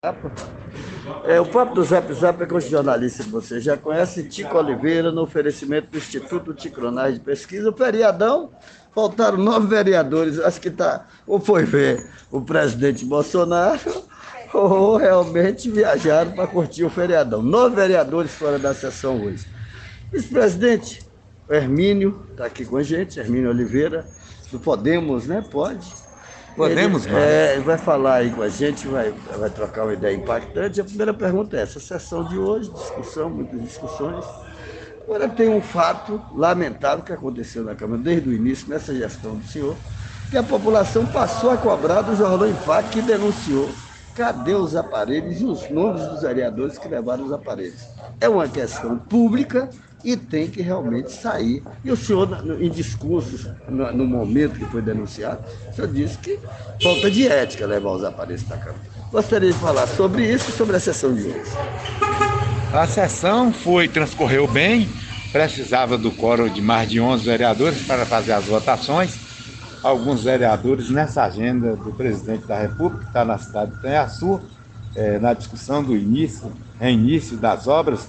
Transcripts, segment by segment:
O papo do Zap Zap é com os jornalistas que você já conhece. Tico Oliveira, no oferecimento do Instituto Ticronais de Pesquisa. O feriadão, faltaram 9 vereadores, acho que tá, ou foi ver o presidente Bolsonaro, ou realmente viajaram para curtir o feriadão. 9 vereadores fora da sessão hoje. Vice-presidente Hermínio está aqui com a gente, Hermínio Oliveira, do Podemos, né? Podemos, ele vai falar aí com a gente, vai trocar uma ideia impactante. A primeira pergunta é essa: sessão de hoje, discussão, muitas discussões. Agora tem um fato lamentável que aconteceu na Câmara desde o início, nessa gestão do senhor, que a população passou a cobrar do jornal Impacto, que denunciou cadê os aparelhos e os nomes dos vereadores que levaram os aparelhos. É uma questão pública e tem que realmente sair. E o senhor, em discursos, no momento que foi denunciado, o senhor disse que falta de ética levar os aparelhos para a Câmara. Gostaria de falar sobre isso e sobre a sessão de hoje. A sessão transcorreu bem, precisava do quórum de mais de 11 vereadores para fazer as votações. Alguns vereadores nessa agenda do presidente da República, que está na cidade de Itanhaçu, na discussão do reinício das obras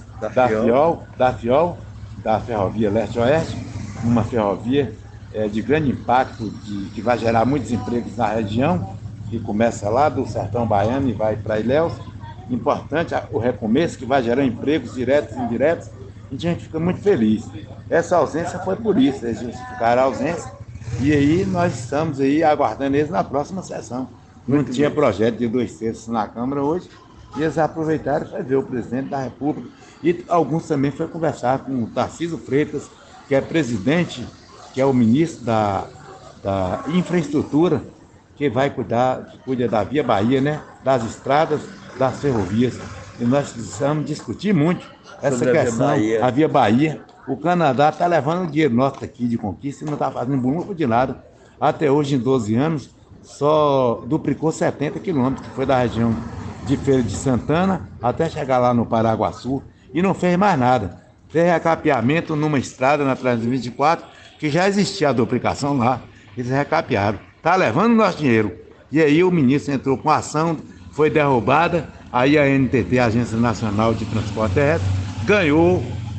da FIOL, da Ferrovia Leste-Oeste, uma ferrovia de grande impacto, que vai gerar muitos empregos na região, que começa lá do Sertão Baiano e vai para Ilhéus. Importante o recomeço, que vai gerar empregos diretos e indiretos, e a gente fica muito feliz. Essa ausência foi por isso, eles justificaram a ausência, e aí nós estamos aí aguardando eles na próxima sessão. Não tinha projeto de 2/3 na Câmara hoje, e eles aproveitaram para ver o presidente da República, e alguns também foram conversar com o Tarcísio Freitas, que é presidente, que é o ministro da Infraestrutura, que cuida da Via Bahia, né? Das estradas, das ferrovias. E nós precisamos discutir muito essa questão, a Via Bahia. O Canadá está levando o dinheiro nosso aqui de conquista e não está fazendo burro de nada. Até hoje, em 12 anos, só duplicou 70 quilômetros, que foi da região de Feira de Santana até chegar lá no Paraguaçu, e não fez mais nada. Fez recapeamento numa estrada na 324, que já existia a duplicação lá, eles recapearam. Está levando o nosso dinheiro. E aí o ministro entrou com a ação, foi derrubada, aí a NTT, a Agência Nacional de Transporte Terrestre, ganhou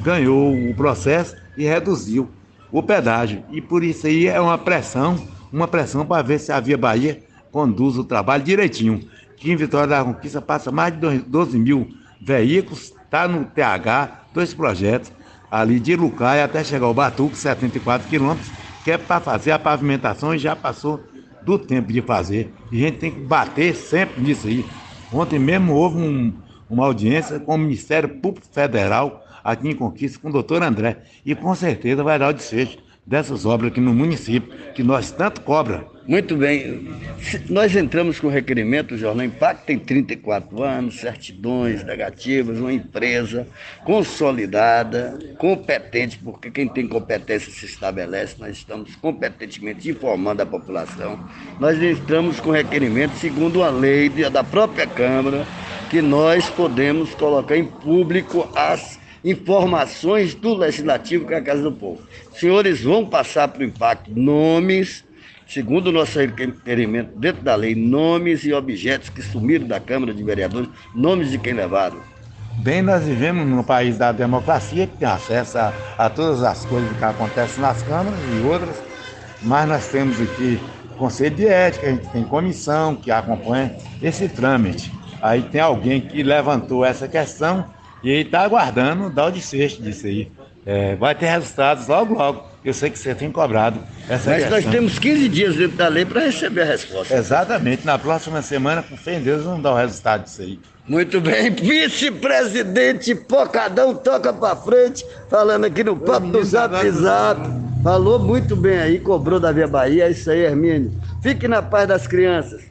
o processo e reduziu o pedágio. E por isso aí é uma pressão para ver se a Via Bahia conduz o trabalho direitinho. Que em Vitória da Conquista passa mais de 12 mil veículos, está no TH, 2 projetos, ali de Lucai até chegar ao Batuque, 74 quilômetros, que é para fazer a pavimentação e já passou do tempo de fazer. E a gente tem que bater sempre nisso aí. Ontem mesmo houve uma audiência com o Ministério Público Federal aqui em Conquista, com o doutor André, e com certeza vai dar o desfecho dessas obras aqui no município, que nós tanto cobra. Muito bem. Nós entramos com o requerimento, o Jornal Impacto tem 34 anos, certidões negativas, uma empresa consolidada, competente, porque quem tem competência se estabelece. Nós estamos competentemente informando a população. Nós entramos com requerimento, segundo a lei da própria Câmara, que nós podemos colocar em público as informações do Legislativo, que é a Casa do Povo. Senhores vão passar para o Impacto nomes, segundo o nosso requerimento dentro da lei, nomes e objetos que sumiram da Câmara de Vereadores, nomes de quem levaram. Bem, nós vivemos num país da democracia, que tem acesso a todas as coisas que acontecem nas câmaras e outras, mas nós temos aqui Conselho de Ética, a gente tem comissão que acompanha esse trâmite. Aí tem alguém que levantou essa questão e aí está aguardando dar o desfecho disso aí. Vai ter resultados logo. Eu sei que você tem cobrado essa questão. Mas nós temos 15 dias dentro da lei para receber a resposta. Exatamente. Na próxima semana, com fé em Deus, vamos dar o resultado disso aí. Muito bem. Vice-presidente Pocadão toca para frente, falando aqui no papo do Zap Zap. Falou muito bem aí, cobrou da Via Bahia. É isso aí, Hermínio. Fique na paz das crianças.